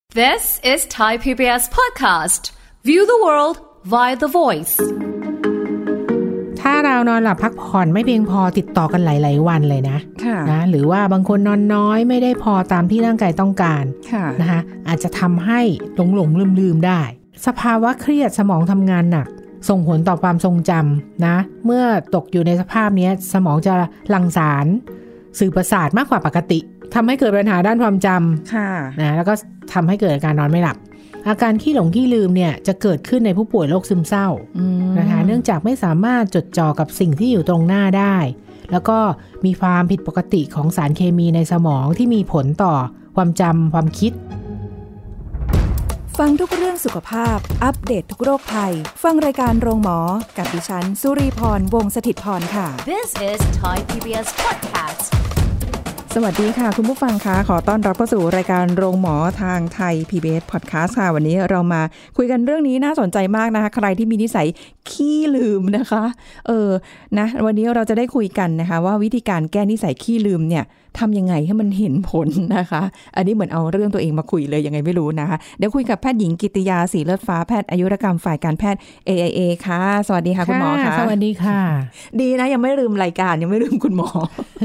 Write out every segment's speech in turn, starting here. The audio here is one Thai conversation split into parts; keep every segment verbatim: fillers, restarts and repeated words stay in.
This is Thai พี บี เอส podcast. View the world via the voice. ถ้าเรานอนหลับพักผ่อนไม่เพียงพอติดต่อกันหลายๆวันเลยนะนะหรือว่าบางคนนอนน้อยไม่ได้พอตามที่ร่างกายต้องการนะคะอาจจะทำให้หลงหลงลืมลืมได้สภาวะเครียดสมองทำงานหนักส่งผลต่อความทรงจำนะเมื่อตกอยู่ในสภาพนี้สมองจะหลั่งสารสื่อประสาทมากกว่าปกติทำให้เกิดปัญหาด้านความจำนะแล้วก็ทำให้เกิดอาการนอนไม่หลับอาการขี้หลงขี้ลืมเนี่ยจะเกิดขึ้นในผู้ป่วยโรคซึมเศร้านะคะเนื่องจากไม่สามารถจดจ่อกับสิ่งที่อยู่ตรงหน้าได้แล้วก็มีความผิดปกติของสารเคมีในสมองที่มีผลต่อความจำความคิดฟังทุกเรื่องสุขภาพอัปเดต ท, ทุกโรคภัยฟังรายการโรงหมอกับดิฉันสุรีพรวงศ์สถิตย์พรค่ะ This is Thai พี บี เอส podcast สวัสดีค่ะคุณผู้ฟังคะขอต้อนรับเข้าสู่รายการโรงหมอทางไทย พี บี เอส Podcast ค่ะวันนี้เรามาคุยกันเรื่องนี้น่าสนใจมากนะคะใครที่มีนิสัยขี้ลืมนะคะเออนะวันนี้เราจะได้คุยกันนะคะว่าวิธีการแก้นิสัยขี้ลืมเนี่ยทำยังไงให้มันเห็นผลนะคะอันนี้เหมือนเอาเรื่องตัวเองมาคุยเลยยังไงไม่รู้นะคะเดี๋ยวคุยกับแพทย์หญิงกิตติยาศรีเลิศฟ้าแพทย์อายุรกรรมฝ่ายการแพทย์ เอ ไอ เอ ค่ะสวัสดีค่ะคุณหมอค่ะสวัสดีค่ะดีนะยังไม่ลืมรายการยังไม่ลืมคุณหมอ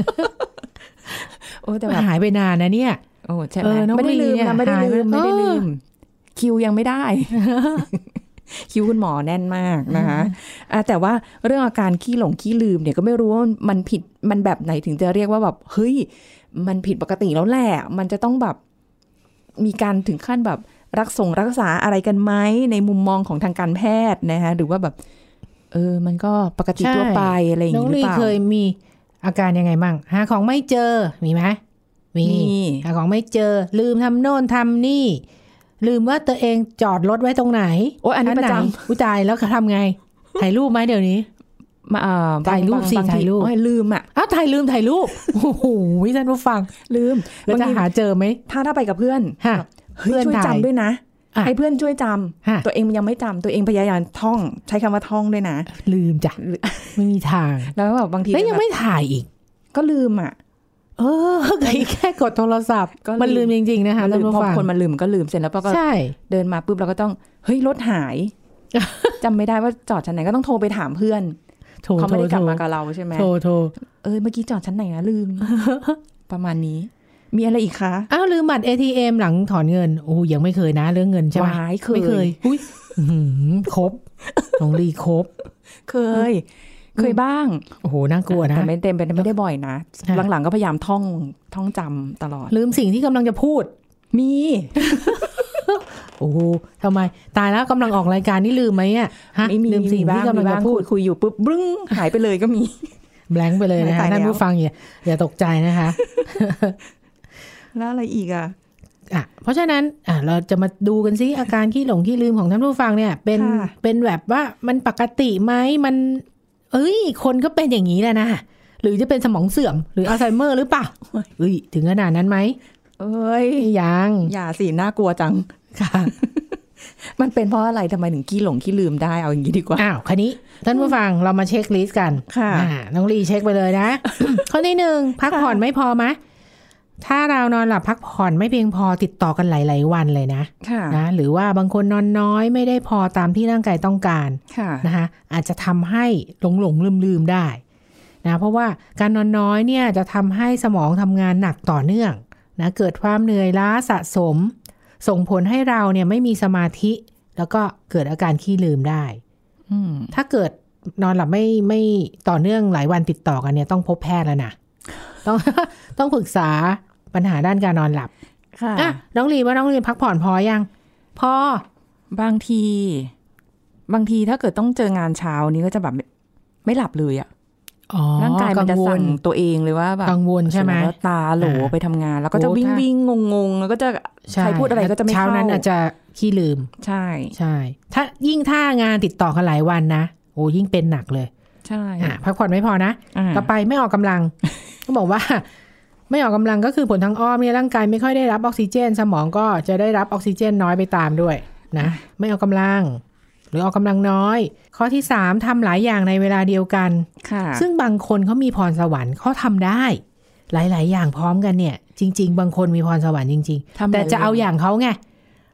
โอ้แต่หายไปนานนะเนี่ยโอ้ใช่ไหมไม่ได้ลืมนะไม่ได้ลืมไม่ได้ลืมคิวยังไม่ได้คิวคุณหมอแน่นมากนะคะแต่ว่าเรื่องอาการขี้หลงขี้ลืมเนี่ยก็ไม่รู้ว่ามันผิดมันแบบไหนถึงจะเรียกว่าแบบเฮ้ยมันผิดปกติแล้วแหละมันจะต้องแบบมีการถึงขั้นแบบรักษารักษาอะไรกันไหมในมุมมองของทางการแพทย์นะคะหรือว่าแบบเออมันก็ปกติทั่วไปอะไรอย่างนี้หรือเปล่าน้องลีเคยมีอาการยังไงบ้างหาของไม่เจอมีไหมมีหาของไม่เจอลืมทำโน่นทำนี่ลืมว่าตัวเองจอดรถไว้ตรงไหนโอ้อันนี้ประจำอุ้ยตายแล้วทำไงถ่ายรูปไหมเดี๋ยวนี้มาเอ่อถ่ายรูปสิถ่ายรูปโอ้ยลืมอ่ะอ้าวถ่ายลืมถ่ายรูปโอ้โหท่านผู้ฟังลืมแล้วจะหาเจอไหมถ้าถ้าไปกับเพื่อนเพื่อนช่วยจำด้วยนะให้เพื่อนช่วยจำตัวเองยังไม่จำตัวเองพยายามท่องใช้คำว่าท่องด้วยนะลืมจ้ะไม่มีทางแล้วแบบบางทีแล้วยังไม่ถ่ายอีกก็ลืมอ่ะเออแค่กดโทรศัพท์มันลืมจริงๆนะคะแล้วพอคนมันลืมก็ลืมเสร็จแล้วก็เดินมาปุ๊บเราก็ต้องเฮ้ยรถหายจำไม่ได้ว่าจอดชั้นไหนก็ต้องโทรไปถามเพื่อนเขาไม่ได้กลับมากับเราใช่ไหมโทรโทรเออเมื่อกี้จอดชั้นไหนนะลืมประมาณนี้มีอะไรอีกคะอ้าวลืมบัตร เอ ที เอ็ม หลังถอนเงินโอ้ยังไม่เคยนะเรื่องเงินใช่ไหมไม่เคยอุ้ยครบน้องลีครบเคยเคยบ้างโอ้โหน่ากลัวนะแต่ไม่เต็มเป็นไม่ได้บ่อยนะหลังๆก็พยายามท่องท่องจำตลอดลืมสิ่งที่กำลังจะพูดมีโอ้โหทำไมตายแล้วกำลังออกรายการนี่ลืมไหมอ่ะฮะลืมสิ่งที่กำลังจะพูดคุยอยู่ปุ๊บบึ้งหายไปเลยก็มีแบงค์ไปเลยนะคะท่านผู้ฟังอย่าอย่าตกใจนะคะแล้วอะไรอีกอ่ะอ่ะเพราะฉะนั้นอ่ะเราจะมาดูกันซิอาการขี้หลงขี้ลืมของท่านผู้ฟังเนี่ยเป็นเป็นแบบว่ามันปกติไหมมันเอ้ยคนก็เป็นอย่างนี้แหละนะหรือจะเป็นสมองเสื่อมหรืออัลไซเมอร์หรือเปล่าเอ้ยถึงขนาดนั้นไหมเอ้ยยังอย่าสิน่ากลัวจังค่ะมันเป็นเพราะอะไรทำไมถึงขี้หลงขี้ลืมได้เอาอย่างนี้ดีกว่าอ้าวคันนี้ท่านผู้ฟังเรามาเช็คลิสต์กันค่ะน้องลีเช็คไปเลยนะ ข้อที่หนึ่งพักผ่อนไม่พอไหมถ้าเรานอนหลับพักผ่อนไม่เพียงพอติดต่อกันหลายๆวันเลยนะนะหรือว่าบางคนนอนน้อยไม่ได้พอตามที่ร่างกายต้องการนะคะอาจจะทำให้หลงหลงลืมลืมได้นะเพราะว่าการนอนน้อยเนี่ยจะทำให้สมองทำงานหนักต่อเนื่องนะเกิดความเหนื่อยล้าสะสมส่งผลให้เราเนี่ยไม่มีสมาธิแล้วก็เกิดอาการขี้ลืมได้ถ้าเกิดนอนหลับไม่ไม่ต่อเนื่องหลายวันติดต่อกันเนี่ยต้องพบแพทย์แล้วนะต้องต้องปรึกษาปัญหาด้านการนอนหลับค่ะอ่ะน้องลีว่าน้องลีพักผ่อนพอยังพอบางทีบางทีถ้าเกิดต้องเจองานเช้านี้ก็จะแบบไม่หลับเลยอ่ะร่างกายมันจะสั่งตัวเองเลยว่าแบบกังวลใช่ไหมตาโหลไปทำงานแล้วก็จะวิ่งวิ่งงงงแล้วก็จะใครพูดอะไรก็จะไม่เข้าเช้านั้นอาจจะขี้ลืมใช่ใช่ถ้ายิ่งถ้างานติดต่อกันหลายวันนะโอ้ยิ่งเป็นหนักเลยใช่พักผ่อนไม่พอนะต่อไปไม่ออกกำลังก็บอกว่าไม่ออกกำลังก็คือผลทางอ้อมเนี่ยร่างกายไม่ค่อยได้รับออกซิเจนสมองก็จะได้รับออกซิเจนน้อยไปตามด้วยนะไม่ออกกำลังหรือออกกำลังน้อยข้อที่สามทำหลายอย่างในเวลาเดียวกันซึ่งบางคนเขามีพรสวรรค์เขาทำได้หลายๆอย่างพร้อมกันเนี่ยจริงๆบางคนมีพรสวรรค์จริงๆแต่จะเอาอย่างเขาไง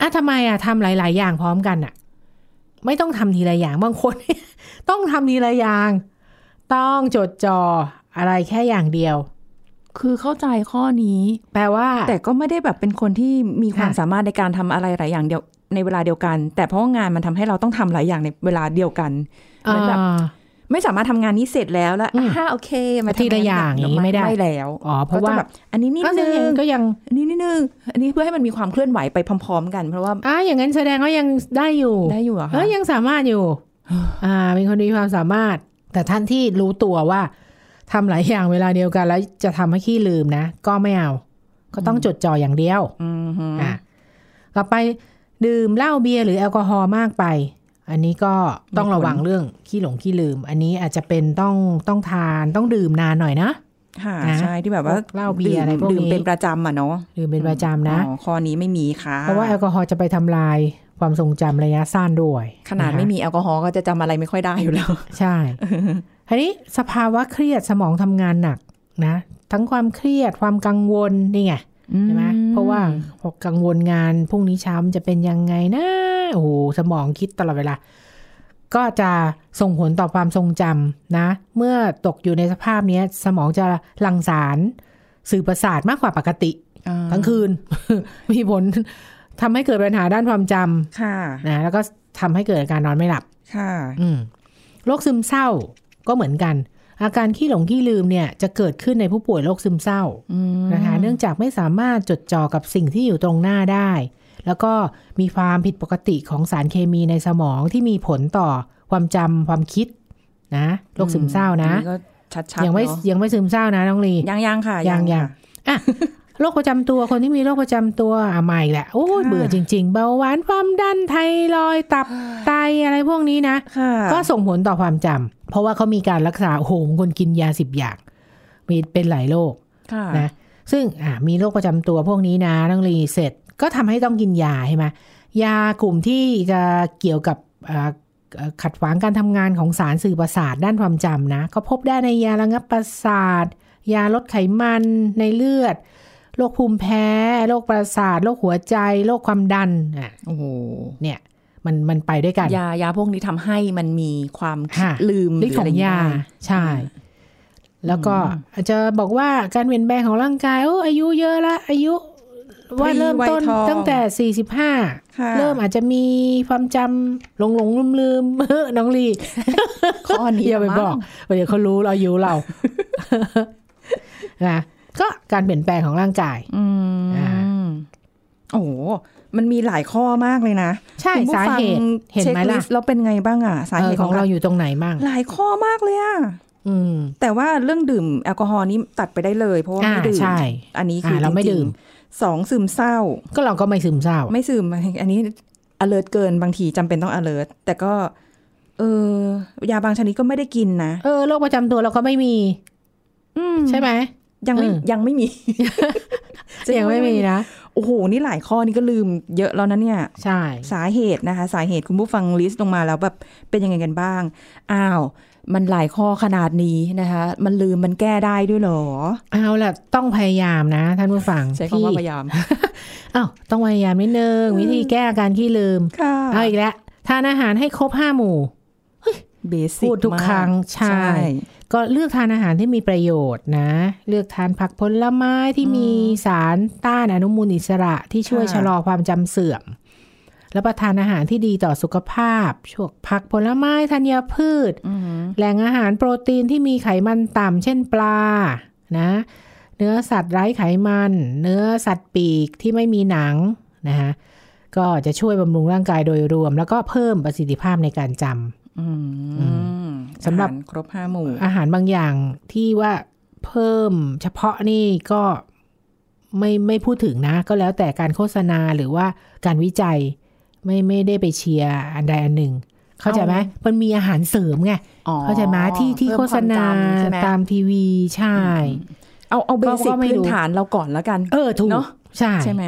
อ่ะทำไมอ่ะทำหลายๆอย่างพร้อมกันอ่ะไม่ต้องทำทีละอย่างบางคน ต้องทำทีละอย่างต้องจดจ่ออะไรแค่อย่างเดียวคือเข้าใจข้อนี้แปลว่าแต่ก็ไม่ได้แบบเป็นคนที่มีความสามารถในการทำอะไรหลายอย่างเดียวในเวลาเดียวกันแต่เพราะงานมันทำให้เราต้องทำหลายอย่างในเวลาเดียวกันเหมือนแบบไม่สามารถทำงานนี้เสร็จแล้วแล้วอ่าโอเคมาทีละอย่างนี้ไม่ได้ไม่แล้วอ๋อเพราะว่าแบบอันนี้นิดนึงก็ยังอันนี้นิดนึงอันนี้เพื่อให้มันมีความเคลื่อนไหวไปพร้อมๆกันเพราะว่าอ่าอย่างนั้นแสดงว่ายังได้อยู่ได้อยู่เหรอคะเออยังสามารถอยู่อ่าเป็นคนมีความสามารถแต่ท่านที่รู้ตัวว่าทำหลายอย่างเวลาเดียวกันแล้วจะทำให้ขี้ลืมนะก็ไม่เอาก็ต้องจดจ่ออย่างเดียวอ่าต่อไปดื่มเหล้าเบียร์หรือแอลกอฮอล์มากไปอันนี้ก็ต้องระวังเรื่องขี้หลงขี้ลืมอันนี้อาจจะเป็นต้องต้องทานต้องดื่มนานหน่อยนะค่ะใช่ที่แบบว่าเหล้าเบียร์อะไรพวกนี้ดื่มเป็นประจำอ่ะเนาะดื่มเป็นประจำนะอ๋อข้อนี้ไม่มีค่ะเพราะว่าแอลกอฮอล์จะไปทำลายความทรงจำระยะสั้นด้วยขนาดไม่มีแอลกอฮอล์ก็จะจำอะไรไม่ค่อยได้อยู่แล้วใช่ทีนี้สภาวะเครียดสมองทำงานหนักนะทั้งความเครียดความกังวลนี่ไงใช่ไหมเพราะว่าพอกังวลงานพรุ่งนี้เช้ามันจะเป็นยังไงนะโอ้โหสมองคิดตลอดเวลาก็จะส่งผลต่อความทรงจำนะเมื่อตกอยู่ในสภาพนี้สมองจะหลั่งสารสื่อประสาทมากกว่าปกติทั้งคืน มีผลทำให้เกิดปัญหาด้านความจำนะแล้วก็ทำให้เกิดอาการนอนไม่หลับโรคซึมเศร้าก็เหมือนกันอาการขี้หลงขี้ลืมเนี่ยจะเกิดขึ้นในผู้ป่วยโรคซึมเศร้านะคะเนื่องจากไม่สามารถจดจ่อกับสิ่งที่อยู่ตรงหน้าได้แล้วก็มีความผิดปกติของสารเคมีในสมองที่มีผลต่อความจำความคิดนะโรคซึมเศร้านะยังไม่ยังไม่ซึมเศร้านะน้องลียังยังค่ะยังยังอ่ะโรคประจำตัวคนที่มีโรคประจำตัวอ่ะใหม่แหละโอ้เบื่อจริงๆเบาหวานความดันไทรอยด์ตับไตอะไรพวกนี้นะก็ส่งผลต่อความจำเพราะว่าเขามีการรักษาโอ้โหคนกินยาสิบอย่างมีเป็นหลายโรคนะซึ่งอ่ะมีโรคประจำตัวพวกนี้นะน้องลีเสร็จก็ทำให้ต้องกินยาใช่ไหมยากลุ่มที่จะเกี่ยวกับขัดขวางการทำงานของสารสื่อประสาทด้านความจำนะก็พบได้ในยาระงับประสาทยาลดไขมันในเลือดโรคภูมิแพ้โรคประสาทโรคหัวใจโรคความดันอ่ะโอ้โหเนี่ยมันมันไปด้วยกันยายาพวกนี้ทำให้มันมีความลืมฤทธิ์ของยาใช่แล้วก็อาจจะบอกว่าการเปลี่ยนแปลงของร่างกายโอ้อายุเยอะละอายุว่าเริ่มต้นตั้งแต่สี่สิบห้าเริ่มอาจจะมีความจำหลงหลงลืมลืมน้องลีข้อนี้อย่าไปบอกเดี๋ยวเขารู้เราอายุเรานะก็การเปลี่ยนแปลงของร่างกายอืมโอ้มันมีหลายข้อมากเลยนะใช่สาเหตุเห็นไหมล่ะแล้วเป็นไงบ้างอ่ะสาเหตุของเราอยู่ตรงไหนบ้างหลายข้อมากเลยอ่ะแต่ว่าเรื่องดื่มแอลกอฮอล์นี้ตัดไปได้เลยเพราะว่าไม่ดื่มอันนี้คือเราไม่ดื่มสองซึมเศร้าก็เราก็ไม่ซึมเศร้าไม่ซึมอันนี้ alert เกินบางทีจำเป็นต้อง alert แต่ก็เออยาบางชนิดก็ไม่ได้กินนะเออโรคประจำตัวเราก็ไม่มีใช่ไหมยังไม่ยังไม่มียังไม่มีนะโอ้โหนี่หลายข้อนี่ก็ลืมเยอะแล้วนะเนี่ยใช่สาเหตุนะคะสาเหตุคุณผู้ฟังลิสต์ลงมาแล้วแบบเป็นยังไงกันบ้างอ้าวมันหลายข้อขนาดนี้นะคะมันลืมมันแก้ได้ด้วยเหรอเอาล่ะต้องพยายามนะท่านผู้ฟังใช้คำว่าพยายามอ้าวต้องพยายามนิดนึงวิธีแก้อาการขี้ลืมเอาอีกแล้วทานอาหารให้ครบห้าหมู่เบสิกพูดทุกครั้งใช่ก็เลือกทานอาหารที่มีประโยชน์นะเลือกทานผักผลไม้ที่มีสารต้านอนุมูลอิสระที่ช่วยชะลอความจำเสื่อมรับประทานอาหารที่ดีต่อสุขภาพพวกผักผลไม้ธัญพืชแหล่งอาหารโปรตีนที่มีไขมันต่ำเช่นปลานะเนื้อสัตว์ไร้ไขมันเนื้อสัตว์ปีกที่ไม่มีหนังนะคะก็จะช่วยบำรุงร่างกายโดยรวมแล้วก็เพิ่มประสิทธิภาพในการจำสำหรับครบห้าหมู่อาหารบางอย่างที่ว่าเพิ่มเฉพาะนี่ก็ไม่ไม่พูดถึงนะก็แล้วแต่การโฆษณาหรือว่าการวิจัยไม่ไม่ได้ไปเชียร์อันใดอันหนึ่งเข้าใจไหมมันมีอาหารเสริมไงเข้าใจไหมที่ที่โฆษณาตามทีวีใช่เอาเอาเบสิกพื้นฐานเราก่อนแล้วกันเออถูกใช่ใช่ไหม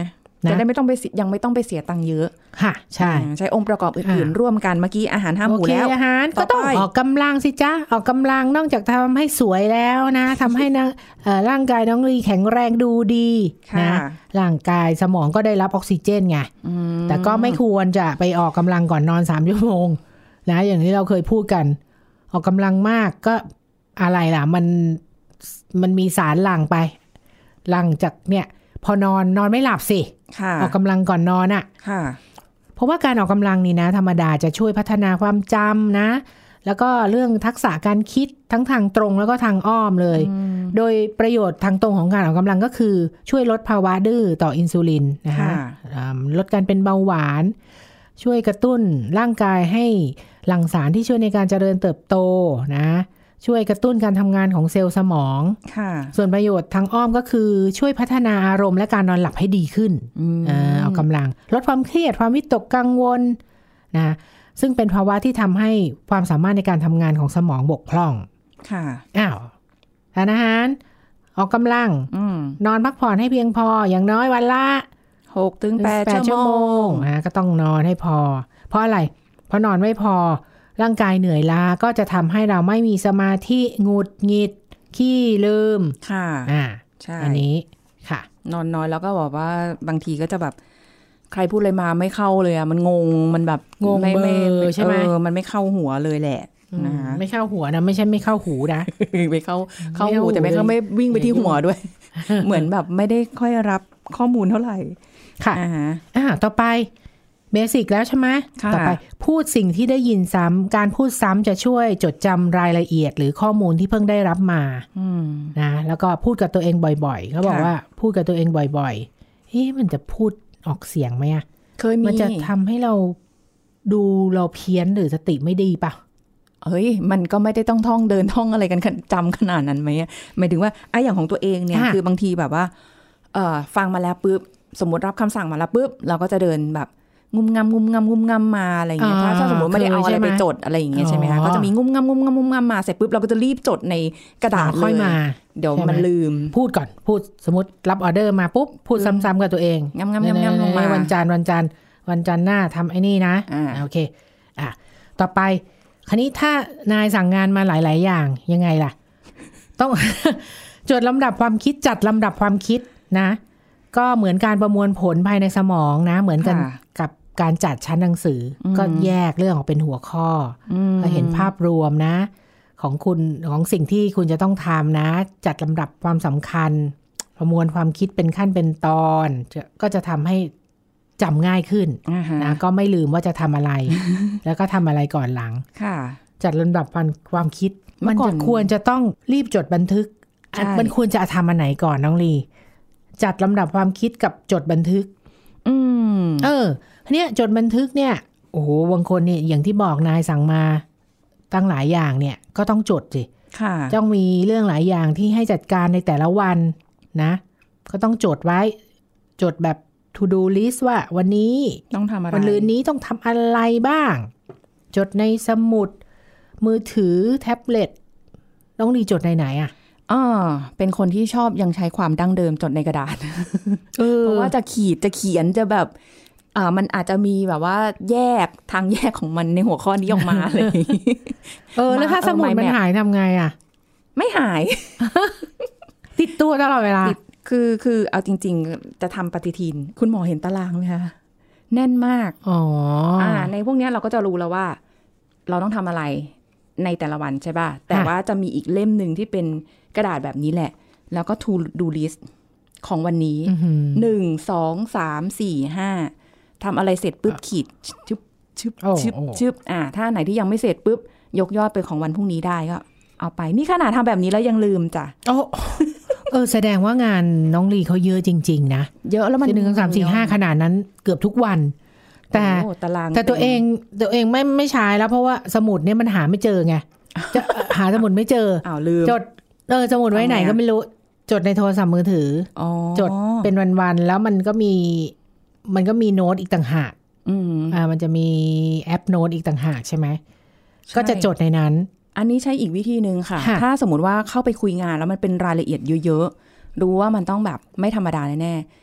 จะได้ไม่ต้องไปยังไม่ต้องไปเสียตังค์เยอะค่ะใช่ใช้องค์ประกอบอื่นๆร่วมกันเมื่อกี้อาหารห้าหมู่แล้วอาหารก็ต้องออกกำลังสิจ๊ะออกกำลังนอกจากทำให้สวยแล้วนะทำให้นะร่างกายน้องลีแข็งแรงดูดีนะร่างกายสมองก็ได้รับออกซิเจนไงแต่ก็ไม่ควรจะไปออกกำลังก่อนนอนสามชั่วโมงนะอย่างที่เราเคยพูดกันออกกำลังมากก็อะไรล่ะมันมันมีสารหลั่งไปหลั่งจากเนี่ยพอนอนนอนไม่หลับสิออกกำลังก่อนนอนอ่ะเพราะว่าการออกกำลังนี่นะธรรมดาจะช่วยพัฒนาความจำนะแล้วก็เรื่องทักษะการคิดทั้งทางตรงแล้วก็ทางอ้อมเลยโดยประโยชน์ทางตรงของการออกกำลังก็คือช่วยลดภาวะดื้อต่ออินซูลินนะคะลดการเป็นเบาหวานช่วยกระตุ้นร่างกายให้หลั่งสารที่ช่วยในการเจริญเติบโตนะช่วยกระตุ้นการทำงานของเซลล์สมองส่วนประโยชน์ทางอ้อมก็คือช่วยพัฒนาอารมณ์และการนอนหลับให้ดีขึ้นอ่าออกกำลังลดความเครียดความวิตกกังวลนะซึ่งเป็นภาวะที่ทำให้ความสามารถในการทำงานของสมองบกพร่องค่ะอ้าวทานอาหารออกกำลังนอนพักผ่อนให้เพียงพออย่างน้อยวันละหกถึงแปดชั่วโมงนะก็ต้องนอนให้พอเพราะอะไรเพราะนอนไม่พอร่างกายเหนื่อยล้าก็จะทำให้เราไม่มีสมาธิหงุดหงิดขี้ลืมค่ะอ่าใช่อันนี้ค่ะนอนน้อยแล้วก็บอกว่าบางทีก็จะแบบใครพูดอะไรมาไม่เข้าเลยอ่ะมันงงมันแบบงงไม่ไม่ใช่ไหมเออมันไม่เข้าหัวเลยแหละนะคะไม่เข้าหัวนะไม่ใช่ไม่เข้าหูนะไม่เข้าเข้าหูแต่ไม่เข้าไม่วิ่งไปที่หัวด้วยเหมือนแบบไม่ได้ค่อยรับข้อมูลเท่าไหร่ค่ะอ่าต่อไปเบสิกแล้วใช่ไหมต่อไปพูดสิ่งที่ได้ยินซ้ำการพูดซ้ำจะช่วยจดจำรายละเอียดหรือข้อมูลที่เพิ่งได้รับมานะแล้วก็พูดกับตัวเองบ่อยๆเขาบอกว่าพูดกับตัวเองบ่อยๆเฮ้ยมันจะพูดออกเสียงไหมอ่ะเคยมีมันจะทำให้เราดูเราเพี้ยนหรือสติไม่ดีป่ะเฮ้ยมันก็ไม่ได้ต้องท่องเดินท่องอะไรกันจำขนาดนั้นไหมหมายถึงว่าไอ้อย่างของตัวเองเนี่ยคือบางทีแบบว่าเอ่อฟังมาแล้วปุ๊บสมมติรับคำสั่งมาแล้วปุ๊บเราก็จะเดินแบบงุมงำงุมงำงุมงำมาอะไรอย่างเงี้ยถ้าถ้าสมมติไม่ได้เอาอะไรไปจดอะไรอย่างเงี้ยใช่ไหมคะก็จะมีงุมงำงุมงำงุมงำมาเสร็จปุ๊บเราก็จะรีบจดในกระดาษเลยเดี๋ยวมันลืมพูดก่อนพูดสมมติรับออเดอร์มาปุ๊บพูดซ้ำๆกับตัวเองงำงำงำงำลงมาวันจันทร์วันจันทร์วันจันทร์หน้าทำไอ้นี่นะโอเคอ่ะต่อไปคราวนี้ถ้านายสั่งงานมาหลายๆอย่างยังไงล่ะต้อง จดลำดับความคิดจัดลำดับความคิดนะก็เหมือนการประมวลผลภายในสมองนะเหมือนกันกับการจัดชั้นหนังสือก็แยกเรื่องออกเป็นหัวข้อก็เห็นภาพรวมนะของคุณของสิ่งที่คุณจะต้องทำนะจัดลำดับความสำคัญประมวลความคิดเป็นขั้นเป็นตอนก็จะทำให้จำง่ายขึ้นนะก็ไม่ลืมว่าจะทำอะไร แล้วก็ทำอะไรก่อนหลังจัดลำดับความคิดมันจะควรจะต้องรีบจดบันทึกมันควรจะทำอันไหนก่อนน้องลีจัดลำดับความคิดกับจดบันทึกอืมเออเนี่ยจดบันทึกเนี่ยโอ้โหบางคนเนี่ยอย่างที่บอกนายสั่งมาตั้งหลายอย่างเนี่ยก็ต้องจดสิค่ะต้องมีเรื่องหลายอย่างที่ให้จัดการในแต่ละวันนะก็ต้องจดไว้จดแบบ to do list ว่าวันนี้ต้องทำอะไรวันลืนนี้ต้องทำอะไรบ้างจดในสมุดมือถือแท็บเล็ตต้องดีจดในไหนอ่ะอ่าเป็นคนที่ชอบยังใช้ความดั้งเดิมจดในกระดาษ เออ เพราะว่าจะขีดจะเขียนจะแบบอ่ามันอาจจะมีแบบว่าแยกทางแยกของมันในหัวข้อนี้ออกมาเลยเออแล้วถ้าสมุดมันหายทำไงอ่ะไม่หายติดตัวตลอดเวลาคือคือเอาจริงๆจะทำปฏิทินคุณหมอเห็นตารางไหมคะแน่นมากอ๋ออ่าในพวกนี้เราก็จะรู้แล้วว่าเราต้องทำอะไรในแต่ละวันใช่ป่ะแต่ว่าจะมีอีกเล่มหนึ่งที่เป็นกระดาษแบบนี้แหละแล้วก็ to do list ของวันนี้หนึ่งสองสามสี่ห้าทำอะไรเสร็จปุ๊บขีดชึบชึบชึบชึบอ่าถ้าไหนที่ยังไม่เสร็จปุ๊บยกยอดไปของวันพรุ่งนี้ได้ก็เอาไปนี่ขนาดทำแบบนี้แล้วยังลืมจ้ะโอ้เออแสดงว่างานน้องลีเขาเยอะจริงๆนะเยอะแล้วมันหนึ่งสองสามสี่ห้าขนาดนั้นเกือบทุกวันแต่แต่ตัวเองตัวเองไม่ไม่ใช้แล้วเพราะว่าสมุดเนี่ยมันหาไม่เจอไงจะหาสมุดไม่เจออ้าวลืมจดเออสมุดไว้ไหนก็ไม่รู้จดในโทรศัพท์มือถือจดเป็นวันๆแล้วมันก็มีมันก็มีโน้ตอีกต่างหากอ่ามันจะมีแอปโน้ตอีกต่างหากใช่ไหมก็จะจดในนั้นอันนี้ใช้อีกวิธีนึงค่ะถ้าสมมติว่าเข้าไปคุยงานแล้วมันเป็นรายละเอียดเยอะๆรู้ว่ามันต้องแบบไม่ธรรมดาแน่ๆ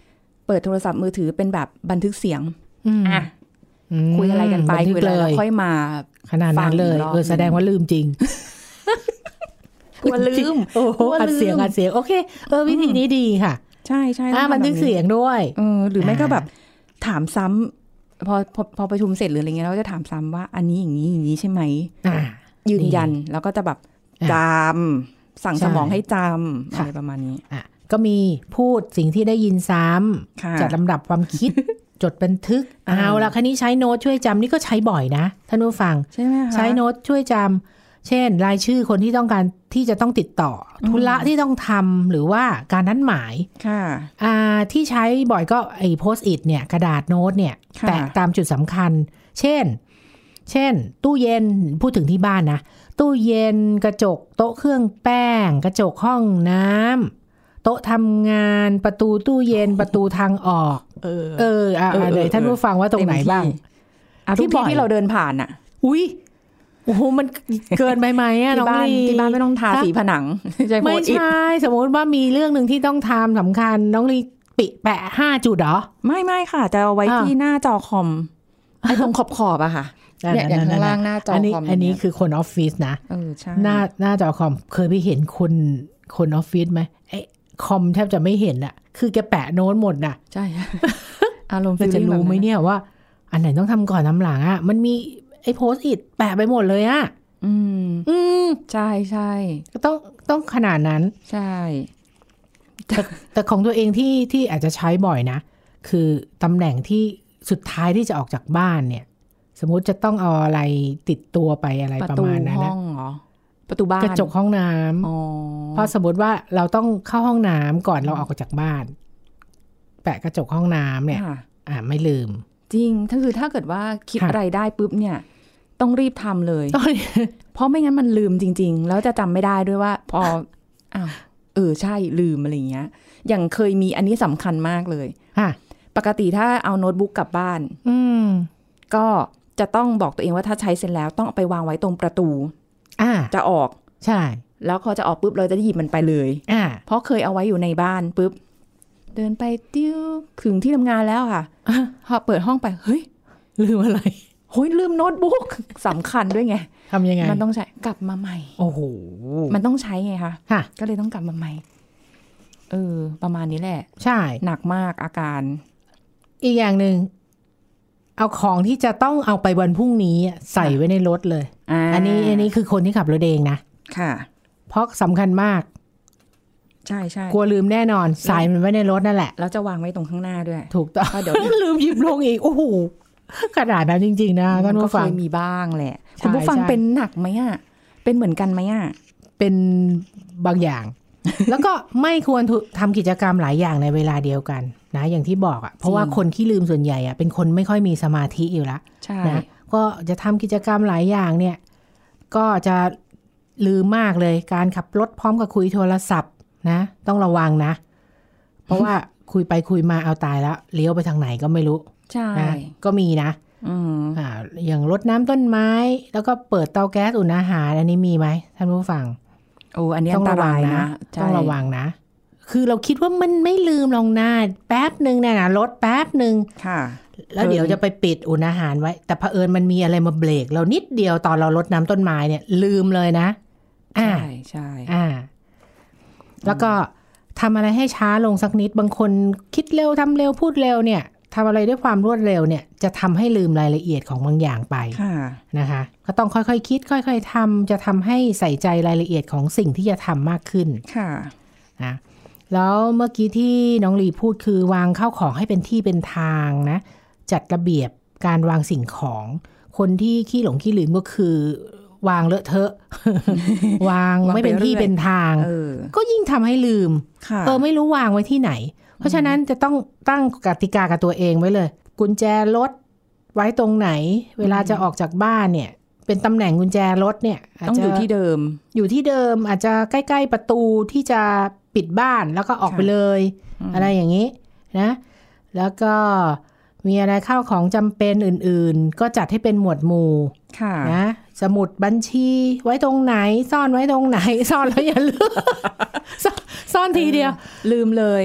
เปิดโทรศัพท์มือถือเป็นแบบบันทึกเสียงอ่ะคุยอะไรกันไปคุยอะไรแล้วค่อยมาขนาดนั้นเลยเออแสดงว่าลืมจริงกลัวลืมโอ้อัดเสียงอัดเสียงโอเคเออวิธีนี้ดีค่ะใช่ใช่บันทึกเสียงด้วยเออหรือไม่ก็แบบถามซ้ำพอพอพอประชุมเสร็จหรืออะไรเงี้ยเราจะถามซ้ำว่าอันนี้อย่างนี้อย่างนี้ใช่ไหมยืนยันแล้วก็จะแบบจำสั่งสมองให้จำอะไรประมาณนี้อ่ะก็มีพูดสิ่งที่ได้ยินซ้ำจัดลำดับความคิดจดบันทึกเอาละคันนี้ใช้โน้ตช่วยจำนี่ก็ใช้บ่อยนะท่านผู้ฟังใช่ไหมคะใช้โน้ตช่วยจำเช่นรายชื่อคนที่ต้องการที่จะต้องติดต่อธุระที่ต้องทำหรือว่าการนัดหมายค่ะอ่าที่ใช้บ่อยก็ไอ้โพสต์อิทเนี่ยกระดาษโน้ตเนี่ยแปะตามจุดสำคัญเช่นเช่นตู้เย็นพูดถึงที่บ้านนะตู้เย็นกระจกโต๊ะเครื่องแป้งกระจกห้องน้ำโต๊ะทำงานประตูตู้เย็นประตูทางออกเออเอออ่ะเดี๋ยวท่านผู้ฟังว่าตรงไหนบ้างที่บ่อยที่เราเดินผ่านอ่ะอุ้ยโอ้โหมันเกินไปไหมอ่ะน้องลีที่บ้านไม่ต้องทาสีผนังไม่ใช่สมมติว่ามีเรื่องนึงที่ต้องทำสำคัญน้องลีปิแปะห้าจุดเหรอไม่ไม่ค่ะจะเอาไว้ที่หน้าจอคอมไอ้ตรงขอบขอบอะค่ะเนี่ยอย่างข้างล่างหน้าจอคอมอันนี้คือคนออฟฟิศนะเออใช่หน้าหน้าจอคอมเคยไปเห็นคนคนออฟฟิศไหมไอ้คอมแทบจะไม่เห็นอะคือแกแปะโน้ตหมดน่ะใช่อารมณ์จะรู้ไหมเนี่ยว่าอันไหนต้องทำก่อนทำหลังอะมันมีไอ้โพสต์อิทแปะไปหมดเลยอะอืมอืมใช่ใช่ก็ต้องต้องขนาดนั้นใช่แต่แต่ของตัวเองที่ที่อาจจะใช้บ่อยนะคือตำแหน่งที่สุดท้ายที่จะออกจากบ้านเนี่ยสมมุติจะต้องเอาอะไรติดตัวไปอะไรประมาณนั้นนะประตูห้องเหรอประตูบ้านกระจกห้องน้ำเพราะสมมติว่าเราต้องเข้าห้องน้ำก่อนเราออกจากบ้านแปะกระจกห้องน้ำเนี่ยอ่าไม่ลืมจริงถ้าคือถ้าเกิดว่าคิดอะไรได้ปุ๊บเนี่ยต้องรีบทำเลยเพราะไม่งั้นมันลืมจริงๆแล้วจะจำไม่ได้ด้วยว่าพออ้าวเออใช่ลืมอะไรเงี้ยอย่างเคยมีอันนี้สำคัญมากเลยปกติถ้าเอาโน้ตบุ๊กกลับบ้านอืมก็จะต้องบอกตัวเองว่าถ้าใช้เสร็จแล้วต้องเอาไปวางไว้ตรงประตูอ่าจะออกใช่แล้วพอจะออกปุ๊บเราจะหยิบมันไปเลยอ่าเพราะเคยเอาไว้อยู่ในบ้านปุ๊บเดินไปติ้วถึงที่ทำงานแล้วค่ะพอเปิดห้องไปเฮ้ยลืมอะไรโอ้ยลืมโน้ตบุ๊กสำคัญด้วยไงทำยังไงมันต้องใช้กลับมาใหม่โอ้โหมันต้องใช้ไงคะค่ะก็เลยต้องกลับมาใหม่เออประมาณนี้แหละใช่หนักมากอาการอีกอย่างหนึ่งเอาของที่จะต้องเอาไปวันพรุ่งนี้ใส่ไว้ในรถเลยอันนี้อันนี้คือคนที่ขับรถเองนะค่ะเพราะสำคัญมากใช่ใช่กลัวลืมแน่นอนใส่มันไว้ในรถนั่นแหละแล้วจะวางไว้ตรงข้างหน้าด้วยถูกต้องเดี๋ยวลืมหยิบลงอีกโอ้โหขนาดนั้นจริงๆนะท่านผู้ฟังก็เคยมีบ้างแหละคุณผู้ฟังเป็นหนักไหมอ่ะเป็นเหมือนกันไหมอ่ะเป็นบางอย่าง แล้วก็ไม่ควรทำกิจกรรมหลายอย่างในเวลาเดียวกันนะอย่างที่บอกอ่ะเพราะว่าคนที่ลืมส่วนใหญ่อ่ะเป็นคนไม่ค่อยมีสมาธิอยู่แล้วนะก็จะทำกิจกรรมหลายอย่างเนี่ยก็จะลืมมากเลยการขับรถพร้อมกับคุยโทรศัพท์นะต้องระวังนะเพราะว่าคุยไปคุยมาเอาตายแล้วเลี้ยวไปทางไหนก็ไม่รู้ใช่ก็มีนะอ่าอย่างรดน้ำต้นไม้แล้วก็เปิดเตาแก๊สอุ่นอาหารอันนี้มีไหมท่านผู้ฟังโอ้อันนี้ต้องระวังนะต้องระวังนะคือเราคิดว่ามันไม่ลืมลงหน้าแป๊บนึงเนี่ยนะรถแป๊บนึงค่ะแล้วเดี๋ยวจะไปปิดอุ่นอาหารไว้แต่เผอิญมันมีอะไรมาเบรกเรานิดเดียวตอนเรารดน้ำต้นไม้เนี่ยลืมเลยนะใช่ใช่อ่าแล้วก็ทำอะไรให้ช้าลงสักนิดบางคนคิดเร็วทำเร็วพูดเร็วเนี่ยทำอะไรด้วยความรวดเร็วเนี่ยจะทำให้ลืมรายละเอียดของบางอย่างไปนะคะก็ต้องค่อยๆ ค, คิดค่อยๆทำจะทำให้ใส่ใจรายละเอียดของสิ่งที่จะทำมากขึ้นค่ะนะแล้วเมื่อกี้ที่น้องลีพูดคือวางข้าวของให้เป็นที่เป็นทางนะจัดระเบียบการวางสิ่งของคนที่ขี้หลงขี้ลืมก็คือวางเลอะเทอะ วางไม่เป็นที่เป็นทางก็ยิ่งทำให้ลืมเออไม่รู้วางไว้ที่ไหนเพราะฉะนั้นจะต้องตั้งกติกากับตัวเองไว้เลยกุญแจรถไว้ตรงไหนเวลาจะออกจากบ้านเนี่ยเป็นตำแหน่งกุญแจรถเนี่ยต้องอยู่ที่เดิมอยู่ที่เดิมอาจจะใกล้ๆประตูที่จะปิดบ้านแล้วก็ออกไปเลยอะไรอย่างนี้นะแล้วก็มีอะไรข้าวของจำเป็นอื่นๆก็จัดให้เป็นหมวดหมู่นะสมุดบัญชีไว้ตรงไหนซ่อนไว้ตรงไหนซ่อนแล้วอย่าลืม ซ่อนทีเดียวลืมเลย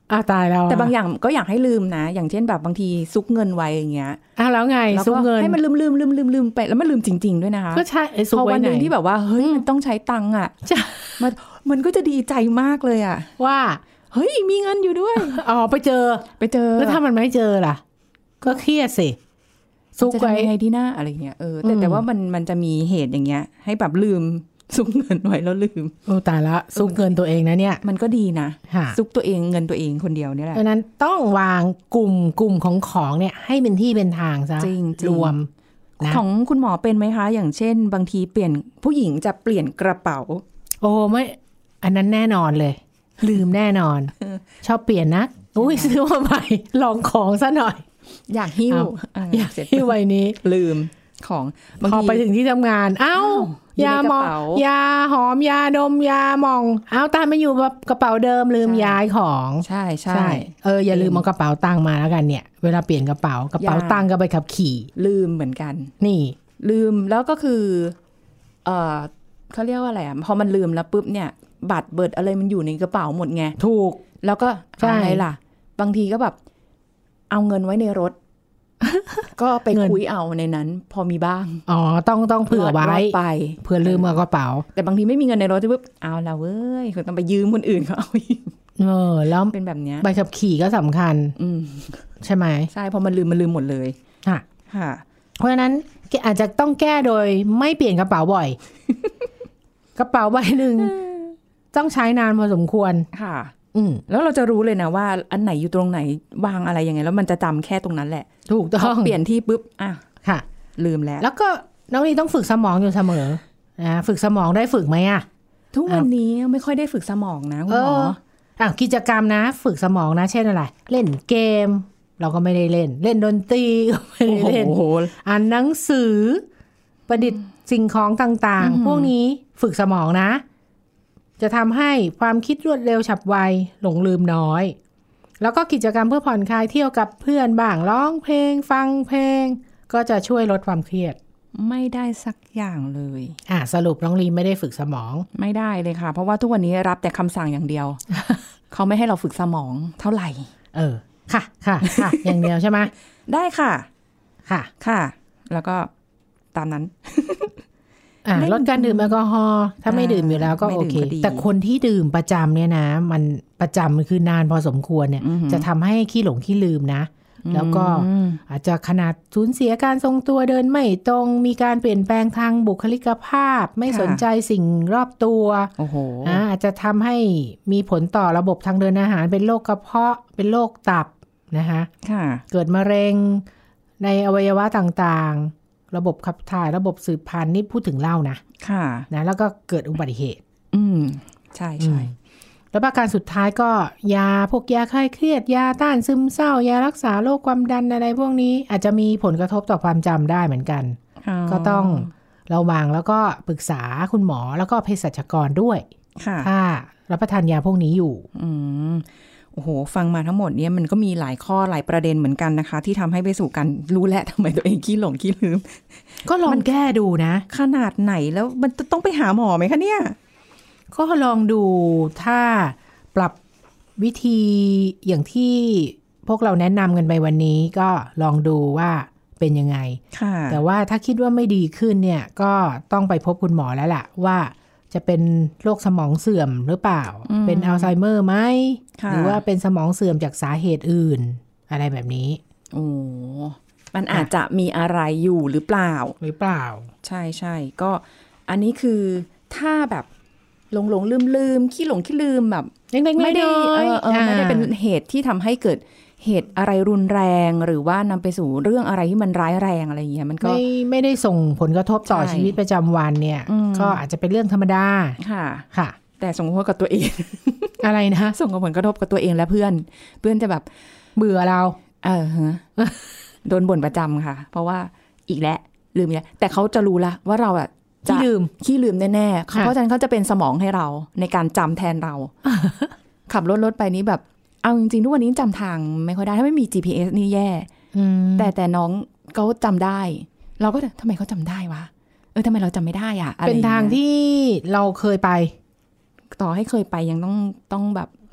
อ้าวตายแล้วแต่บางอย่างก็อยากให้ลืมนะอย่างเช่นแบบบางทีซุกเงินไว้อย่างเงี้ยอ้าวแล้วไงซุกเงินให้มันลืมลืมลืมลืมลืมไปแล้วมันลืมจริงๆด้วยนะคะก็ใช่ซุกไว้ไหนพอวันนึงที่แบบว่าเฮ้ยมันต้องใช้ตังค์อ่ะมันมันก็จะดีใจมากเลยอ่ะว่าเฮ้ยมีเงินอยู่ด้วยอ๋อไปเจอไปเจอแล้วถ้ามันไม่เจอล่ะก็เครียดสิซุกไว้ยังไงดีหน้าอะไรเงี้ยเออแต่แต่ว่ามันมันจะมีเหตุอย่างเงี้ยให้แบบลืมซุกเงินไว้แล้วลืมโอ้ตายละซุกเงินตัวเองนะเนี่ยมันก็ดีนะซุกตัวเองเงินตัวเองคนเดียวนี่แหละดังนั้นต้องวางกลุ่มกลุ่มของของเนี่ยให้เป็นที่เป็นทางซะรวมของคุณหมอเป็นไหมคะอย่างเช่นบางทีเปลี่ยนผู้หญิงจะเปลี่ยนกระเป๋าโอ้ไม่อันนั้นแน่นอนเลยลืมแน่นอนชอบเปลี่ยนนักอุ้ยซื้อมาใหม่ลองของซะหน่อยอยากหิ้วอยากหิ้วไว้นี้ลืมของพอไปถึงที่ทำงานเอ้ายาหมองยาหอมยาดมยาหม่องเอ้าตามมาอยู่แบบกระเป๋าเดิมลืมย้ายของใช่ใช่เอออย่าลืมเอากระเป๋าตังค์มาแล้วกันเนี่ยเวลาเปลี่ยนกระเป๋ากระเป๋าตังค์กับใบขับขี่ลืมเหมือนกันนี่ลืมแล้วก็คือเออเขาเรียกว่าอะไรอ่ะพอมันลืมแล้วปุ๊บเนี่ยบัตรเบิดอะไรมันอยู่ในกระเป๋าหมดไงถูกแล้วก็อะไรล่ะบางทีก็แบบเอาเงินไว้ในรถก็ไปคุยเอาในนั้นพอมีบ้างอ๋อต้องต้องเผื่อไว้ไปเผื่อลืมเอากระเป๋าแต่บางทีไม่มีเงินในรถปุ๊บเอาละเว้ยคือต้องไปยืมคนอื่นเขาเอาเออแล้วเป็นแบบนี้ใบขับขี่ก็สำคัญใช่ไหมใช่พอมันลืมมันลืมหมดเลยค่ะค่ะเพราะฉะนั้นอาจจะต้องแก้โดยไม่เปลี่ยนกระเป๋าบ่อยกระเป๋าใบหนึ่งต้องใช้นานพอสมควรค่ะอืมแล้วเราจะรู้เลยนะว่าอันไหนอยู่ตรงไหนวางอะไรยังไงแล้วมันจะจำแค่ตรงนั้นแหละถูกต้องเปลี่ยนที่ปุ๊บอ่ะค่ะลืมแล้วแล้วก็น้องนี่ต้องฝึกสมองอยู่เสมอนะฝึกสมองได้ฝึกไหมอ่ะทุกวันนี้ไม่ค่อยได้ฝึกสมองนะคุณหมออ่ะกิจกรรมนะฝึกสมองนะเช่นอะไรเล่นเกมเราก็ไม่ได้เล่นเล่นดนตรีก็ไม่ได้เล่นอ่านหนังสือประดิษฐ์สิ่งของต่างๆพวกนี้ฝึกสมองนะจะทำให้ความคิดรวดเร็วฉับไวหลงลืมน้อยแล้วก็กิจกรรมเพื่อผ่อนคลายเที่ยวกับเพื่อนบ้างร้องเพลงฟังเพลงก็จะช่วยลดความเครียดไม่ได้สักอย่างเลยอ่ะสรุปน้องลีไม่ได้ฝึกสมองไม่ได้เลยค่ะเพราะว่าทุกวันนี้รับแต่คำสั่งอย่างเดียว เขาไม่ให้เราฝึกสมองเท่าไหร่เออค่ะค่ะค่ะ อย่างเดียวใช่ไหมได้ค่ะค่ะค่ะแล้วก็ตามนั้นลดการดื่มแอลกอฮอล์ถ้าไม่ดื่มอยู่แล้วก็โอเคแต่คนที่ดื่มประจำเนี่ยนะมันประจำคือนานพอสมควรเนี่ยจะทำให้ขี้หลงขี้ลืมนะแล้วก็อาจจะขนาดสูญเสียการทรงตัวเดินไม่ตรงมีการเปลี่ยนแปลงทางบุคลิกภาพไม่สนใจสิ่งรอบตัวอาจจะทำให้มีผลต่อระบบทางเดินอาหารเป็นโรคกระเพาะเป็นโรคตับนะคะเกิดมะเร็งในอวัยวะต่างๆระบบขับถ่ายระบบสืบพันธุ์นี่พูดถึงเหล้านะค่ะนะแล้วก็เกิดอุบัติเหตุอืมใช่ใช่แล้วประการสุดท้ายก็ยาพวกยาคลายเครียดยาต้านซึมเศร้ายารักษาโรคความดันอะไรพวกนี้อาจจะมีผลกระทบต่อความจำได้เหมือนกันก็ต้องระวังแล้วก็ปรึกษาคุณหมอแล้วก็เภสัชกรด้วยถ้ารับประทานยาพวกนี้อยู่อืมโอ้โหฟังมาทั้งหมดเนี่ยมันก็มีหลายข้อหลายประเด็นเหมือนกันนะคะที่ทำให้ไปสู่กันรู้แหละทำไมตัวเองขี้หลงขี้ลืมก็ลองแก้ดูนะขนาดไหนแล้วมันต้องไปหาหมอไหมคะเนี่ยก็ลองดูถ้าปรับวิธีอย่างที่พวกเราแนะนำกันไปวันนี้ก็ลองดูว่าเป็นยังไงแต่ว่าถ้าคิดว่าไม่ดีขึ้นเนี่ยก็ต้องไปพบคุณหมอแล้วล่ะว่าจะเป็นโรคสมองเสื่อมหรือเปล่าเป็นอัลไซเมอร์ไหมหรือว่าเป็นสมองเสื่อมจากสาเหตุอื่นอะไรแบบนี้โอ้มันอาจจะมีอะไรอยู่หรือเปล่าหรือเปล่าใช่ใช่ก็อันนี้คือถ้าแบบหลงหลงลืมลืมขี้หลงขี้ลืมแบบไม่ได้ไม่ได้เป็นเหตุที่ทำให้เกิดเหตุอะไรรุนแรงหรือว่านำไปสู่เรื่องอะไรที่มันร้ายแรงอะไรอย่างเงี้ยมันก็ไม่ไม่ได้ส่งผลกระทบต่อชีวิตประจำวันเนี่ยก็อาจจะเป็นเรื่องธรรมดาค่ะค่ะแต่ส่งผลกับตัวเองอะไรนะส่งผลกระทบกับตัวเองและเพื่อนเพื่อนจะแบบเบื่อเราเออฮะโดนบ่นประจำค่ะเพราะว่าอีกแล้วลืมอีกแล้วแต่เขาจะรู้ละว่าเราอะขี้ลืมขี้ลืมแน่ๆเพราะฉะนั้นเขาจะเป็นสมองให้เราในการจำแทนเรา ขับรถรถไปนี้แบบเอาจริงๆทุกวันนี้จำทางไม่ค่อยได้ถ้าไม่มี จี พี เอส นี่แย่แต่แต่น้องเขาจำได้เราก็ทำไมเขาจำได้วะเออทำไมเราจำไม่ได้อ่ะเป็นทางที่เราเคยไปต่อให้เคยไปยังต้องต้องแบบ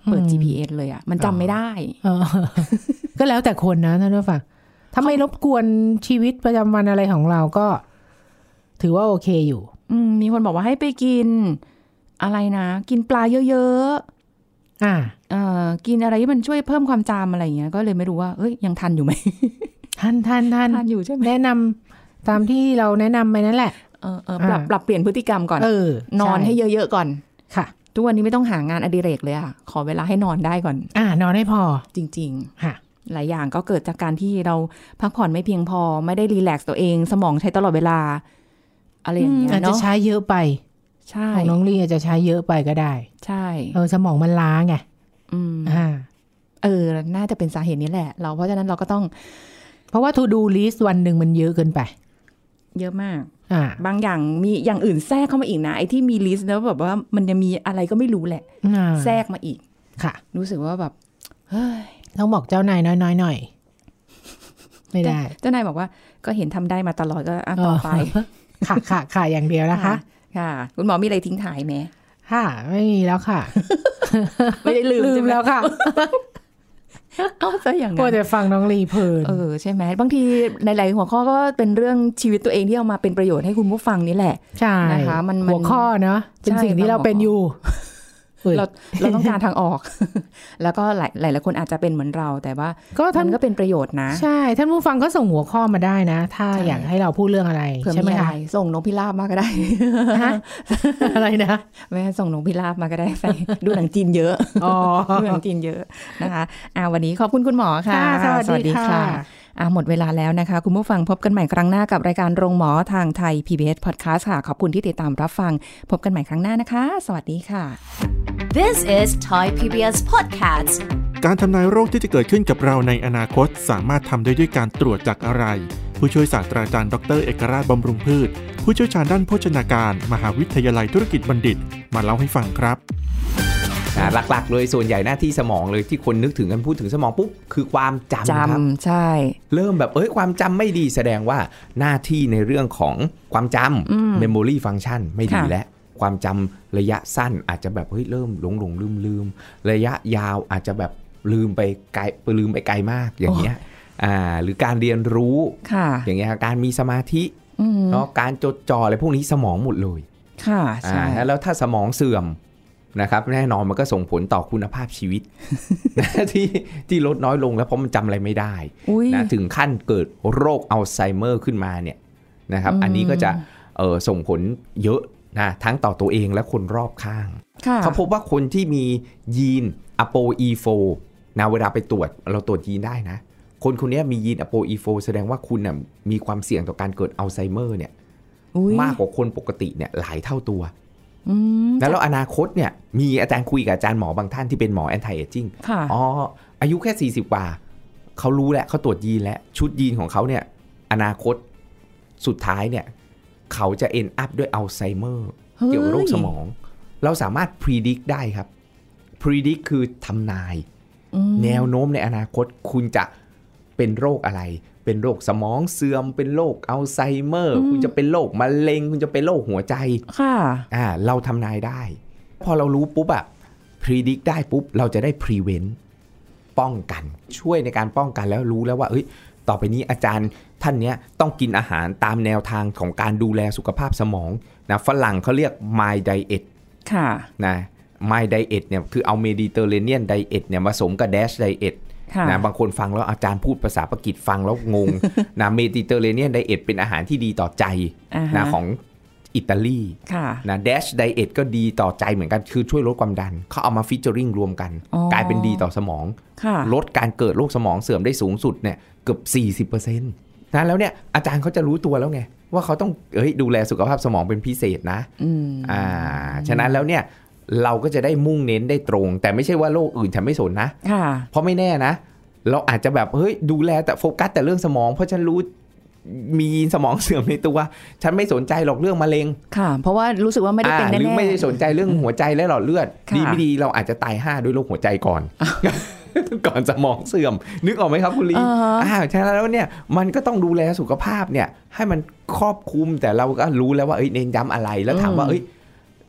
เปิด จี พี เอส เลยอ่ะมันจำไม่ได้ก็แล้วแต่คนนะท่านผู้ฟังถ้าไม่รบกวนชีวิตประจำวันอะไรของเราก็ถือว่าโอเคอยู่อืมมีคนบอกว่าให้ไปกินอะไรนะกินปลาเยอะๆอ่าเอ่อกินอะไรที่มันช่วยเพิ่มความจำอะไรอย่างเงี้ยก็เลยไม่รู้ว่าเอ้ยยังทันอยู่ไหมทันทันทันทันอยู่ใช่ไหมแนะนำตามที่เราแนะนำไปนั่นแหละเออเออปรับปรับเปลี่ยนพฤติกรรมก่อนเออนอนให้เยอะๆก่อนค่ะทุกวันนี้ไม่ต้องหางานอดิเรกเลยอ่ะขอเวลาให้นอนได้ก่อนอ่านอนให้พอจริงๆค่ะหลายอย่างก็เกิดจากการที่เราพักผ่อนไม่เพียงพอไม่ได้รีแลกซ์ตัวเองสมองใช้ตลอดเวลาอะไรอย่างเงี้ยเนาะอาจจะใช้เยอะไปใช่ของน้องลีอาจจะใช้เยอะไปก็ได้ใช่เออสมองมันล้าไงอืมอ่าเออน่าจะเป็นสาเหตุนี้แหละเราเพราะฉะนั้นเราก็ต้องเพราะว่า to do list วันหนึ่งมันเยอะเกินไปเยอะมากอ่าบางอย่างมีอย่างอื่นแทรกเข้ามาอีกนะไอ้ที่มีลิสต์แล้วแบบว่ามันจะมีอะไรก็ไม่รู้แหละแทรกมาอีกค่ะรู้สึกว่าแบบเฮ้ยต้องบอกเจ้านายน้อยๆหน่อยไม่ได้เจ้านายบอกว่าก็เห็นทำได้มาตลอดก็ต่อไปค่ะค่ะค่ะอย่างเดียวนะคะค่ะคุณหมอมีอะไรทิ้งท้ายไหมค่ะไม่มีแล้วค่ะไม่ได้ลืมลืมแล้วค่ะเอาซะอย่างนั้นก็จะฟังน้องลีเพลินเออใช่ไหมบางทีในหลายหัวข้อก็เป็นเรื่องชีวิตตัวเองที่เอามาเป็นประโยชน์ให้คุณผู้ฟังนี่แหละใช่นะคะมันหัวข้อเนาะเป็นสิ่งที่เราเป็นอยู่เราเราต้องการทางออกแล้วก็หลายหลายคนอาจจะเป็นเหมือนเราแต่ว่าก็ท่านก็เป็นประโยชน์นะใช่ท่านผู้ฟังก็ส่งหัวข้อมาได้นะถ้าอยากให้เราพูดเรื่องอะไรใช่ไหมคะส่งนกพิราบมาก็ได้อะไรนะแม่ส่งนกพิราบมาก็ได้ใส่ดูหนังจีนเยอะดูหนังจีนเยอะนะคะอ่าวันนี้ขอบคุณคุณหมอค่ะสวัสดีค่ะอ่าหมดเวลาแล้วนะคะคุณผู้ฟังพบกันใหม่ครั้งหน้ากับรายการโรงหมอทางไทย พี บี เอส Podcast ค่ะขอบคุณที่ติดตามรับฟังพบกันใหม่ครั้งหน้านะคะสวัสดีค่ะ This is Thai พี บี เอส Podcast การทำนายโรคที่จะเกิดขึ้นกับเราในอนาคตสามารถทำได้ด้วยการตรวจจากอะไรผู้ช่วยศาสตราจารย์ดรเอกราชบำรุงพืชผู้เชี่ยวชาญด้านโภชนาการมหาวิทยาลัยธุรกิจบัณฑิตมาเล่าให้ฟังครับหลักๆเลยส่วนใหญ่หน้าที่สมองเลยที่คนนึกถึงกันพูดถึงสมองปุ๊บคือความจำครับใช่เริ่มแบบเอ้ยความจำไม่ดีแสดงว่าหน้าที่ในเรื่องของความจำ memory function ไม่ดีแล้วความจำระยะสั้นอาจจะแบบเฮ้ยเริ่มหลงหลงลืมลืมระยะยาวอาจจะแบบลืมไปไกลลืมไปไกลมากอย่างเงี้ยอ่าหรือการเรียนรู้อย่างเงี้ยการมีสมาธิเนาะการจดจ่ออะไรพวกนี้สมองหมดเลยค่ะใช่แล้วถ้าสมองเสื่อมนะครับแน่นอนมันก็ส่งผลต่อคุณภาพชีวิต ที่ที่ลดน้อยลงแล้วเพราะมันจำอะไรไม่ได้นะถึงขั้นเกิดโรคอัลไซเมอร์ขึ้นมาเนี่ยนะครับอันนี้ก็จะเอ่อส่งผลเยอะนะทั้งต่อตัวเองและคนรอบข้างเขาพบว่าคนที่มียีน เอ พี โอ อี โฟร์ นะเวลาไปตรวจเราตรวจยีนได้นะคนคนนี้มียีน เอ พี โอ อี โฟร์ แสดงว่าคุณน่ะมีความเสี่ยงต่อการเกิดอัลไซเมอร์เนี่ยมากกว่าคนปกติเนี่ยหลายเท่าตัวแล้วอนาคตเนี่ยมีอาจารย์คุยกับอาจารย์หมอบางท่านที่เป็นหมอแอนตี้เอจจิ้งอ๋ออายุแค่สี่สิบกว่าเขารู้แล้วเขาตรวจยีนแล้วชุดยีนของเขาเนี่ยอนาคตสุดท้ายเนี่ยเขาจะ end up ด้วยอัลไซเมอร์เกี่ยวกับโรคสมองเราสามารถ predict ได้ครับ predict คือทำนายแนวโน้มในอนาคตคุณจะเป็นโรคอะไรเป็นโรคสมองเสื่อมเป็นโรคอัลไซเมอร์คุณจะเป็นโรคมะเร็งคุณจะเป็นโรคหัวใจค่ะอ่าเราทำนายได้พอเรารู้ปุ๊บอะ predict ได้ปุ๊บเราจะได้ prevent ป้องกันช่วยในการป้องกันแล้วรู้แล้วว่าเอ้ยต่อไปนี้อาจารย์ท่านเนี้ยต้องกินอาหารตามแนวทางของการดูแลสุขภาพสมองนะฝรั่งเขาเรียก my diet ค่ะนะ my diet เนี่ยคือเอา Mediterranean diet เนี่ยผสมกับ dash dietนะบางคนฟังแล้วอาจารย์พูดภาษาปากีสฟังแล้วงงนะ Mediterranean diet เป็นอาหารที่ดีต่อใจ uh-huh. นะของอิตาลีนะ dash diet ก็ดีต่อใจเหมือนกันคือช่วยลดความดันเขาเอามาฟิชเจอริงรวมกัน oh. กลายเป็นดีต่อสมองลดการเกิดโรคสมองเสื่อมได้สูงสุดเนี่ยเกือบ สี่สิบเปอร์เซ็นต์ นะแล้วเนี่ยอาจารย์เขาจะรู้ตัวแล้วไงว่าเขาต้องเอ้ยดูแลสุขภาพสมองเป็นพิเศษนะอ่าฉะนั้นแล้วเนี่ยเราก็จะได้มุ่งเน้นได้ตรงแต่ไม่ใช่ว่าโรคอื่นฉันไม่สนนะเพราะไม่แน่นะเราอาจจะแบบเฮ้ยดูแลแต่โฟกัสแต่เรื่องสมองเพราะฉันรู้มีสมองเสื่อมในตัวฉันไม่สนใจหรอกเรื่องมะเร็งค่ะเพราะว่ารู้สึกว่าไม่ได้เป็นแน่ๆหรือไม่ได้สนใจเรื่องหัวใจและหลอดเลือดดีไม่ดีเราอาจจะตายห้าด้วยโรคหัวใจก่อน ก่อนสมองเสื่อมนึกออกไหมครับคุณลีอ่าฉะนั้นแล้วเนี่ยมันก็ต้องดูแลสุขภาพเนี่ยให้มันครอบคลุมแต่เราก็รู้แล้วว่าเอ้ยเน้นย้ำอะไรแล้วถามว่าเอ้ย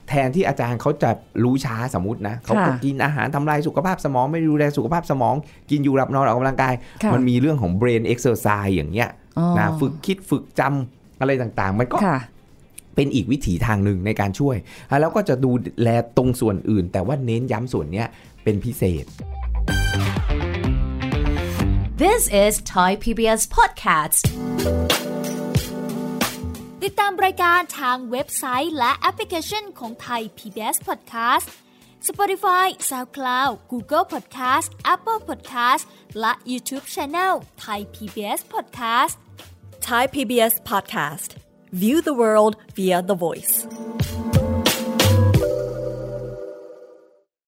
แทนที่อาจารย์เขาจะรู้ช้าสมมตินะเขาก็กินอาหารทำลายสุขภาพสมองไม่ดูแลสุขภาพสมองกินอยู่หลับนอนออกกำลังกายมันมีเรื่องของ brain exercise อย่างเงี้ยนะฝึกคิดฝึกจำอะไรต่างๆมันก็เป็นอีกวิถีทางหนึ่งในการช่วยแล้วก็จะดูแลตรงส่วนอื่นแต่ว่าเน้นย้ำส่วนเนี้ยเป็นพิเศษ This is Thai พี บี เอส Podcast ติดตามรายการทางเว็บไซต์และแอปพลิเคชันของ Thai พี บี เอส Podcast Spotify, SoundCloud, Google Podcast, Apple Podcast และ YouTube Channel Thai พี บี เอส Podcast Thai พี บี เอส Podcast View the world via the voice